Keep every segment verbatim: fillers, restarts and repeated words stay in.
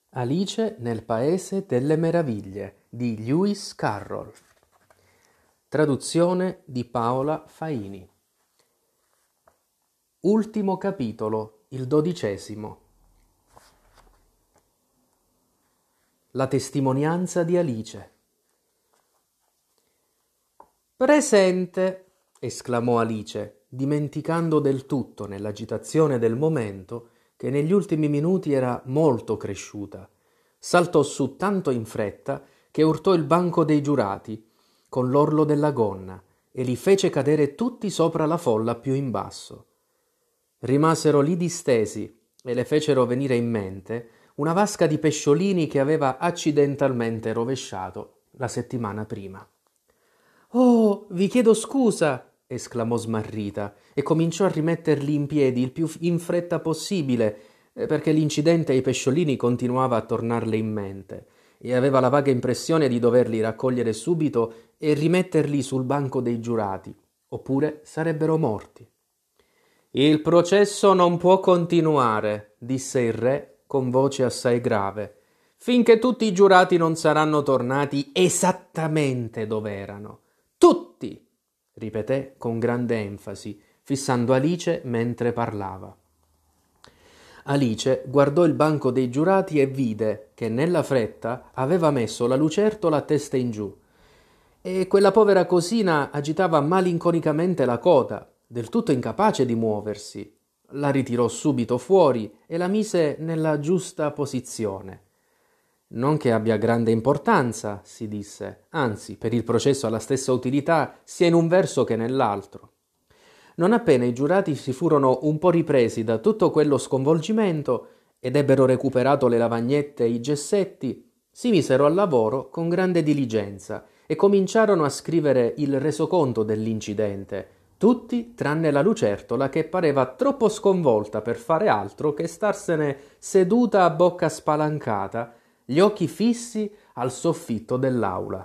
Alice nel Paese delle Meraviglie di Lewis Carroll. Traduzione di Paola Faini. Ultimo capitolo, il dodicesimo. La testimonianza di Alice. «Presente!» esclamò Alice, dimenticando del tutto, nell'agitazione del momento, che negli ultimi minuti era molto cresciuta. Saltò su tanto in fretta che urtò il banco dei giurati con l'orlo della gonna e li fece cadere tutti sopra la folla più in basso. Rimasero lì distesi e le fecero venire in mente una vasca di pesciolini che aveva accidentalmente rovesciato la settimana prima. «Oh, vi chiedo scusa!» esclamò smarrita e cominciò a rimetterli in piedi il più in fretta possibile, perché l'incidente ai pesciolini continuava a tornarle in mente e aveva la vaga impressione di doverli raccogliere subito e rimetterli sul banco dei giurati, oppure sarebbero morti. «Il processo non può continuare», disse il re con voce assai grave, «finché tutti i giurati non saranno tornati esattamente dove erano. Tutti!» ripeté con grande enfasi, fissando Alice mentre parlava. Alice guardò il banco dei giurati e vide che nella fretta aveva messo la lucertola a testa in giù e quella povera cosina agitava malinconicamente la coda, del tutto incapace di muoversi. La ritirò subito fuori e la mise nella giusta posizione. «Non che abbia grande importanza», si disse, «anzi, per il processo ha la stessa utilità sia in un verso che nell'altro». Non appena i giurati si furono un po' ripresi da tutto quello sconvolgimento ed ebbero recuperato le lavagnette e i gessetti, si misero al lavoro con grande diligenza e cominciarono a scrivere il resoconto dell'incidente, tutti tranne la lucertola che pareva troppo sconvolta per fare altro che starsene seduta a bocca spalancata, gli occhi fissi al soffitto dell'aula.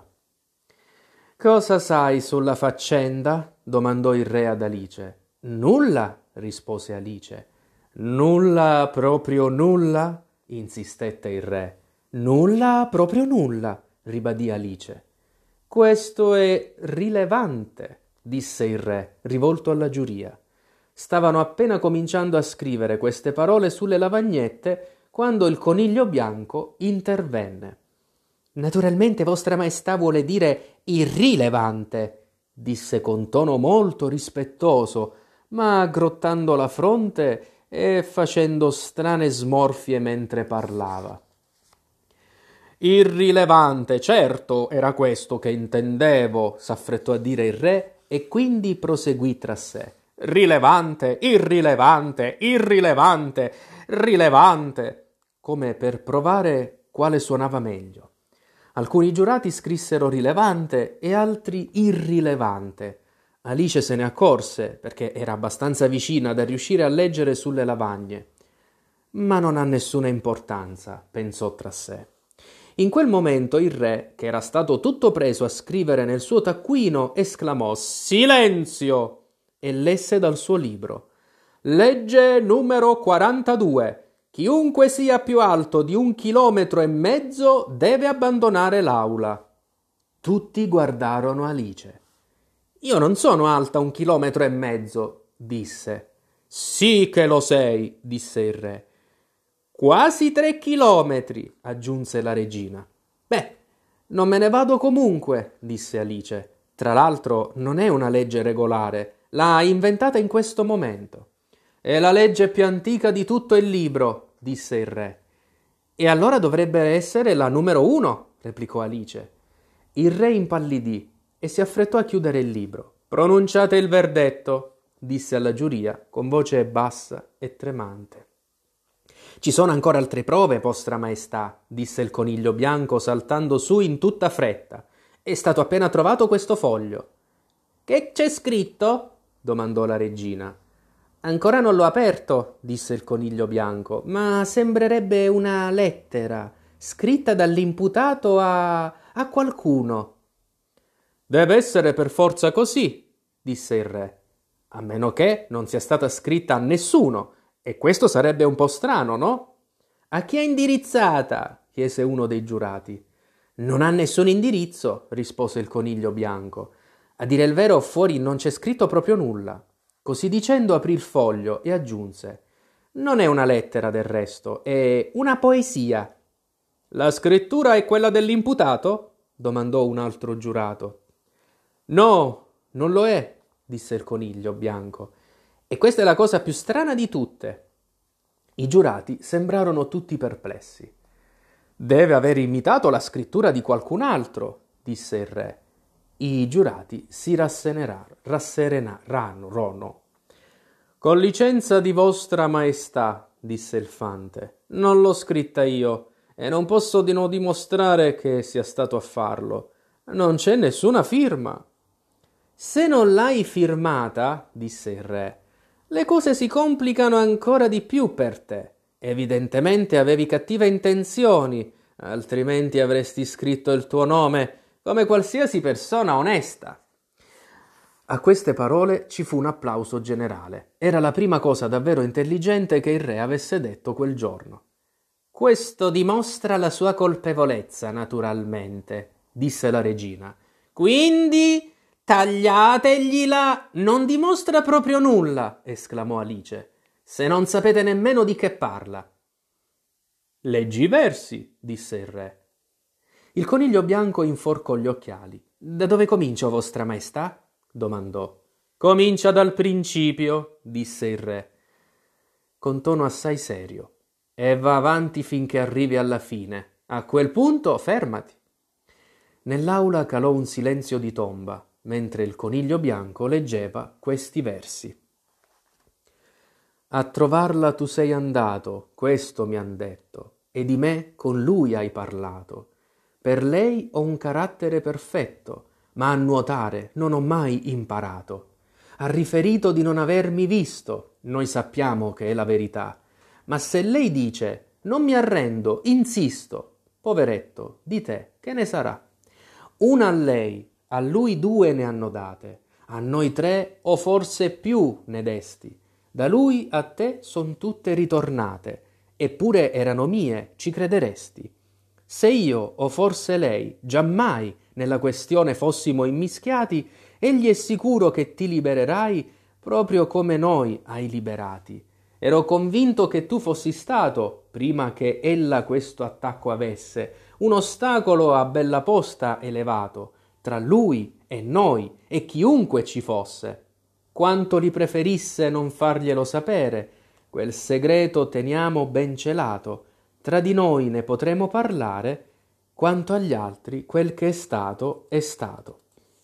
«Cosa sai sulla faccenda?» domandò il re ad Alice. «Nulla», rispose Alice. «Nulla, proprio nulla?» insistette il re. «Nulla, proprio nulla», ribadì Alice. «Questo è rilevante», disse il re, rivolto alla giuria. Stavano appena cominciando a scrivere queste parole sulle lavagnette quando il coniglio bianco intervenne. «Naturalmente vostra maestà vuole dire irrilevante», disse con tono molto rispettoso, ma aggrottando la fronte e facendo strane smorfie mentre parlava. «Irrilevante, certo, era questo che intendevo», s'affrettò a dire il re e quindi proseguì tra sé. «Rilevante, irrilevante, irrilevante, rilevante», come per provare quale suonava meglio. Alcuni giurati scrissero rilevante e altri irrilevante. Alice se ne accorse, perché era abbastanza vicina da riuscire a leggere sulle lavagne. «Ma non ha nessuna importanza», pensò tra sé. In quel momento il re, che era stato tutto preso a scrivere nel suo taccuino, esclamò «Silenzio!» e lesse dal suo libro. «Legge numero quarantadue. Chiunque sia più alto di un chilometro e mezzo deve abbandonare l'aula». Tutti guardarono Alice. «Io non sono alta un chilometro e mezzo», disse. «Sì che lo sei», disse il re. «Quasi tre chilometri», aggiunse la regina. «Beh, non me ne vado comunque», disse Alice. «Tra l'altro non è una legge regolare, l'ha inventata in questo momento». «È la legge più antica di tutto il libro», disse il re. «E allora dovrebbe essere la numero uno», replicò Alice. Il re impallidì e si affrettò a chiudere il libro. «Pronunciate il verdetto», disse alla giuria con voce bassa e tremante. «Ci sono ancora altre prove, vostra maestà», disse il coniglio bianco saltando su in tutta fretta. «È stato appena trovato questo foglio». «Che c'è scritto?» domandò la regina. «Ancora non l'ho aperto», disse il coniglio bianco, «ma sembrerebbe una lettera, scritta dall'imputato a... a qualcuno». «Deve essere per forza così», disse il re, «a meno che non sia stata scritta a nessuno, e questo sarebbe un po' strano, no?» A chi è indirizzata? Chiese uno dei giurati. Non ha nessun indirizzo, rispose il coniglio bianco. A dire il vero, fuori non c'è scritto proprio nulla. Così dicendo aprì il foglio e aggiunse: non è una lettera del resto, è una poesia. La scrittura è quella dell'imputato? Domandò un altro giurato. No, non lo è, disse il coniglio bianco. E questa è la cosa più strana di tutte. I giurati sembrarono tutti perplessi. Deve aver imitato la scrittura di qualcun altro, disse il re. I giurati si rasserenarono. rasserenarono. Con licenza di vostra maestà, disse il fante, non l'ho scritta io e non posso di no dimostrare che sia stato a farlo. Non c'è nessuna firma. Se non l'hai firmata, disse il re, le cose si complicano ancora di più per te. Evidentemente avevi cattive intenzioni, altrimenti avresti scritto il tuo nome come qualsiasi persona onesta. A queste parole ci fu un applauso generale. Era la prima cosa davvero intelligente che il re avesse detto quel giorno. Questo dimostra la sua colpevolezza, naturalmente, disse la regina. Quindi tagliateglila. Non dimostra proprio nulla, esclamò Alice, se non sapete nemmeno di che parla. Leggi i versi, disse il re. Il coniglio bianco inforcò gli occhiali. Da dove comincio, vostra maestà? Domandò. Comincia dal principio, disse il re, con tono assai serio, e va avanti finché arrivi alla fine. A quel punto fermati. Nell'aula calò un silenzio di tomba, mentre il coniglio bianco leggeva questi versi. A trovarla tu sei andato, questo mi han detto, e di me con lui hai parlato. Per lei ho un carattere perfetto, ma a nuotare non ho mai imparato. Ha riferito di non avermi visto, noi sappiamo che è la verità. Ma se lei dice non mi arrendo, insisto, poveretto, di te che ne sarà? Una a lei, a lui due ne hanno date, a noi tre o forse più ne desti. Da lui a te son tutte ritornate, eppure erano mie, ci crederesti. Se io o forse lei giammai nella questione fossimo immischiati, egli è sicuro che ti libererai proprio come noi hai liberati. Ero convinto che tu fossi stato, prima che ella questo attacco avesse, un ostacolo a bella posta elevato, tra lui e noi e chiunque ci fosse. Quanto li preferisse non farglielo sapere, quel segreto teniamo ben celato, tra di noi ne potremo parlare, quanto agli altri quel che è stato è stato.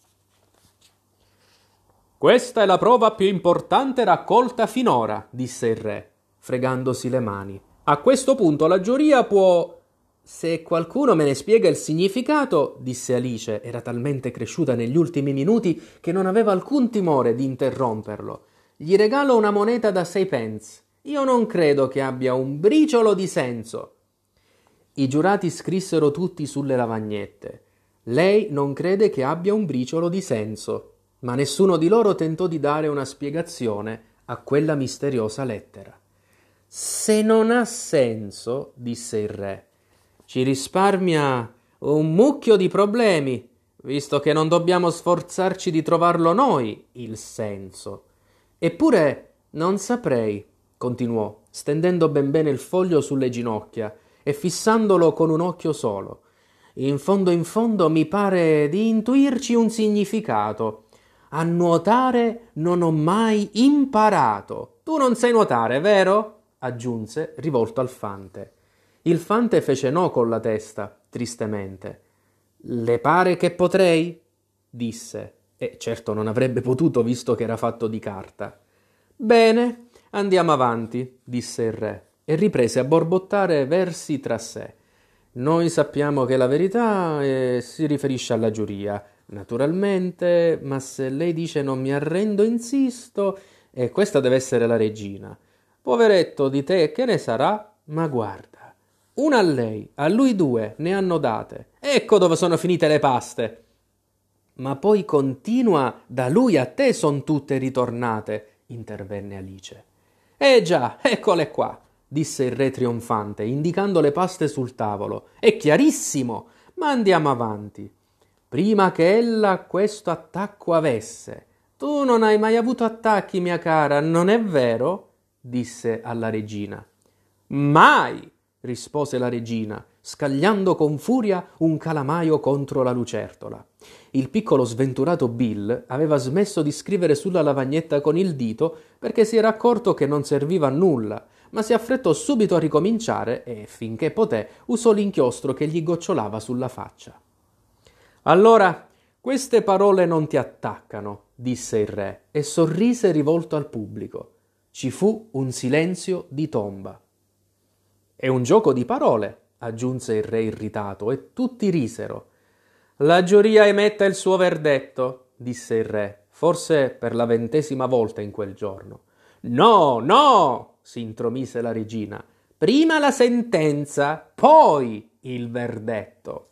Questa è la prova più importante raccolta finora, disse il re, fregandosi le mani. A questo punto la giuria può... Se qualcuno me ne spiega il significato, disse Alice, era talmente cresciuta negli ultimi minuti che non aveva alcun timore di interromperlo. Gli regalo una moneta da sei pence. Io non credo che abbia un briciolo di senso. I giurati scrissero tutti sulle lavagnette. Lei non crede che abbia un briciolo di senso. Ma nessuno di loro tentò di dare una spiegazione a quella misteriosa lettera. Se non ha senso, disse il re, ci risparmia un mucchio di problemi, visto che non dobbiamo sforzarci di trovarlo noi, il senso. Eppure non saprei, continuò, stendendo ben bene il foglio sulle ginocchia e fissandolo con un occhio solo. In fondo in fondo mi pare di intuirci un significato. A nuotare non ho mai imparato. Tu non sai nuotare, vero? Aggiunse, rivolto al fante. Il fante fece no con la testa, tristemente. Le pare che potrei? Disse, e certo non avrebbe potuto visto che era fatto di carta. Bene, andiamo avanti, disse il re, e riprese a borbottare versi tra sé. Noi sappiamo che la verità eh, si riferisce alla giuria, naturalmente, ma se lei dice non mi arrendo, insisto, e questa deve essere la regina. Poveretto di te, che ne sarà? Ma guarda, una a lei, a lui due, ne hanno date. Ecco dove sono finite le paste. Ma poi continua, da lui a te son tutte ritornate, intervenne Alice. Eh già, eccole qua. disse il re trionfante, indicando le paste sul tavolo. È chiarissimo, ma andiamo avanti. Prima che ella questo attacco avesse. Tu non hai mai avuto attacchi, mia cara, non è vero? Disse alla regina. Mai, rispose la regina, scagliando con furia un calamaio contro la lucertola. Il piccolo sventurato Bill aveva smesso di scrivere sulla lavagnetta con il dito perché si era accorto che non serviva a nulla, ma si affrettò subito a ricominciare e, finché poté, usò l'inchiostro che gli gocciolava sulla faccia. Allora, queste parole non ti attaccano, disse il re, e sorrise rivolto al pubblico. Ci fu un silenzio di tomba. È un gioco di parole, aggiunse il re irritato, e tutti risero. La giuria emetta il suo verdetto, disse il re, forse per la ventesima volta in quel giorno. No, no, si intromise la regina. Prima la sentenza, poi il verdetto.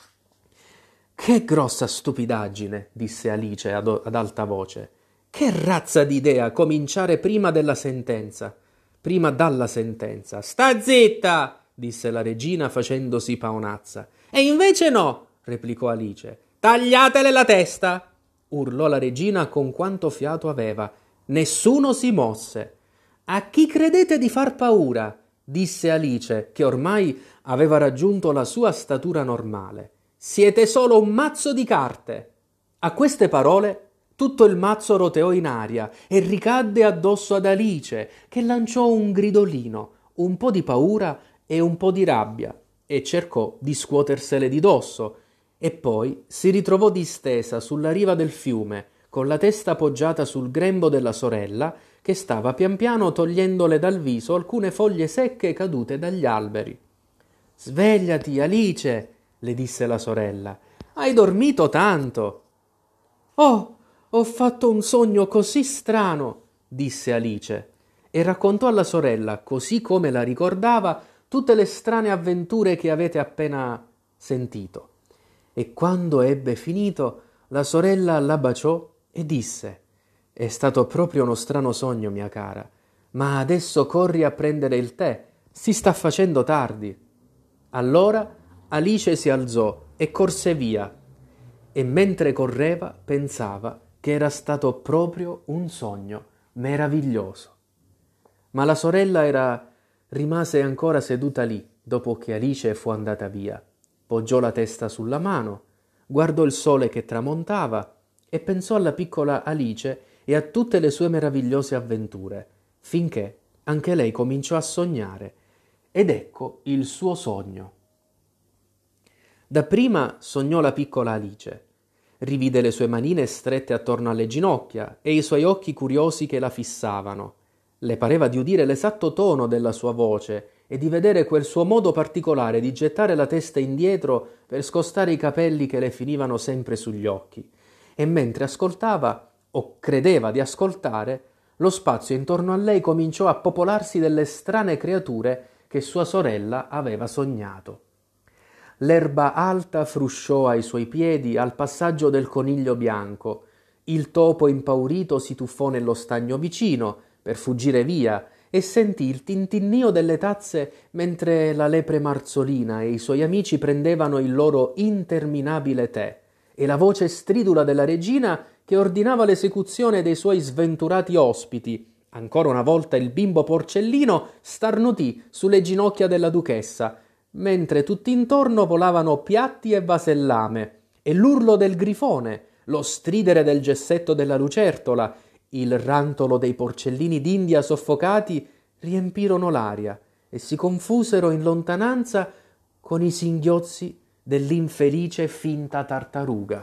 Che grossa stupidaggine, disse Alice ad, ad alta voce. Che razza d'idea cominciare prima della sentenza. Prima dalla sentenza. Sta zitta, disse la regina facendosi paonazza. E invece no, replicò Alice. Tagliatele la testa, urlò la regina con quanto fiato aveva. Nessuno si mosse. A chi credete di far paura? Disse Alice, che ormai aveva raggiunto la sua statura normale. Siete solo un mazzo di carte. A queste parole tutto il mazzo roteò in aria e ricadde addosso ad Alice, che lanciò un gridolino, un po' di paura e un po' di rabbia, e cercò di scuotersele di dosso, e poi si ritrovò distesa sulla riva del fiume, con la testa appoggiata sul grembo della sorella, che stava pian piano togliendole dal viso alcune foglie secche cadute dagli alberi. «Svegliati, Alice!» le disse la sorella. «Hai dormito tanto!» «Oh, ho fatto un sogno così strano!» disse Alice, e raccontò alla sorella, così come la ricordava, tutte le strane avventure che avete appena sentito. E quando ebbe finito, la sorella la baciò e disse: «È stato proprio uno strano sogno, mia cara, ma adesso corri a prendere il tè, si sta facendo tardi». Allora Alice si alzò e corse via, e mentre correva pensava che era stato proprio un sogno meraviglioso. Ma la sorella era rimase ancora seduta lì dopo che Alice fu andata via. Poggiò la testa sulla mano, guardò il sole che tramontava e pensò alla piccola Alice e a tutte le sue meravigliose avventure, finché anche lei cominciò a sognare. Ed ecco il suo sogno. Dapprima sognò la piccola Alice. Rivide le sue manine strette attorno alle ginocchia e i suoi occhi curiosi che la fissavano. Le pareva di udire l'esatto tono della sua voce e di vedere quel suo modo particolare di gettare la testa indietro per scostare i capelli che le finivano sempre sugli occhi. E mentre ascoltava, o credeva di ascoltare, lo spazio intorno a lei cominciò a popolarsi delle strane creature che sua sorella aveva sognato. L'erba alta frusciò ai suoi piedi al passaggio del coniglio bianco. Il topo impaurito si tuffò nello stagno vicino per fuggire via e sentì il tintinnio delle tazze mentre la lepre marzolina e i suoi amici prendevano il loro interminabile tè, e la voce stridula della regina che ordinava l'esecuzione dei suoi sventurati ospiti. Ancora una volta il bimbo porcellino starnutì sulle ginocchia della duchessa, mentre tutt'intorno volavano piatti e vasellame, e l'urlo del grifone, lo stridere del gessetto della lucertola, il rantolo dei porcellini d'India soffocati riempirono l'aria e si confusero in lontananza con i singhiozzi dell'infelice finta tartaruga.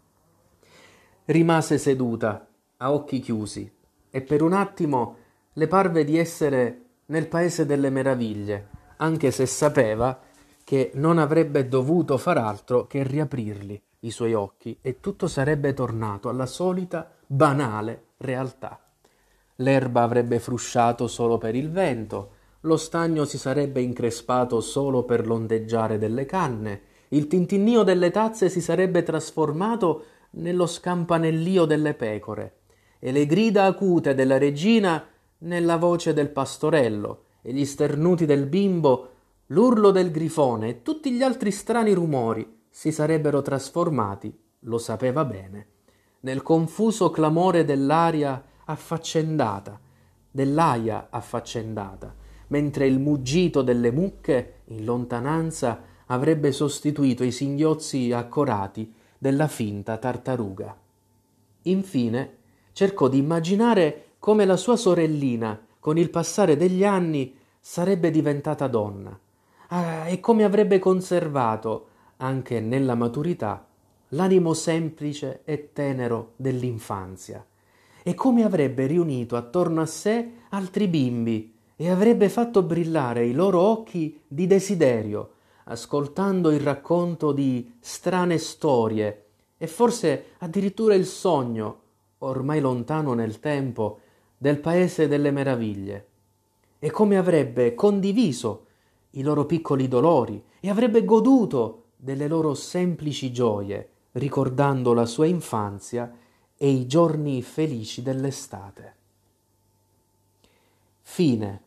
Rimase seduta, a occhi chiusi, e per un attimo le parve di essere nel paese delle meraviglie, anche se sapeva che non avrebbe dovuto far altro che riaprirli i suoi occhi e tutto sarebbe tornato alla solita banale realtà. L'erba avrebbe frusciato solo per il vento, lo stagno si sarebbe increspato solo per l'ondeggiare delle canne, il tintinnio delle tazze si sarebbe trasformato nello scampanellio delle pecore e le grida acute della regina nella voce del pastorello, e gli sternuti del bimbo, l'urlo del grifone e tutti gli altri strani rumori si sarebbero trasformati, lo sapeva bene, nel confuso clamore dell'aria affaccendata, dell'aia affaccendata, mentre il muggito delle mucche in lontananza avrebbe sostituito i singhiozzi accorati della finta tartaruga. Infine cercò di immaginare come la sua sorellina, con il passare degli anni, sarebbe diventata donna, ah, e come avrebbe conservato, anche nella maturità, l'animo semplice e tenero dell'infanzia, e come avrebbe riunito attorno a sé altri bimbi e avrebbe fatto brillare i loro occhi di desiderio, ascoltando il racconto di strane storie e forse addirittura il sogno, ormai lontano nel tempo, del paese delle meraviglie, e come avrebbe condiviso i loro piccoli dolori e avrebbe goduto delle loro semplici gioie, ricordando la sua infanzia e i giorni felici dell'estate. Fine.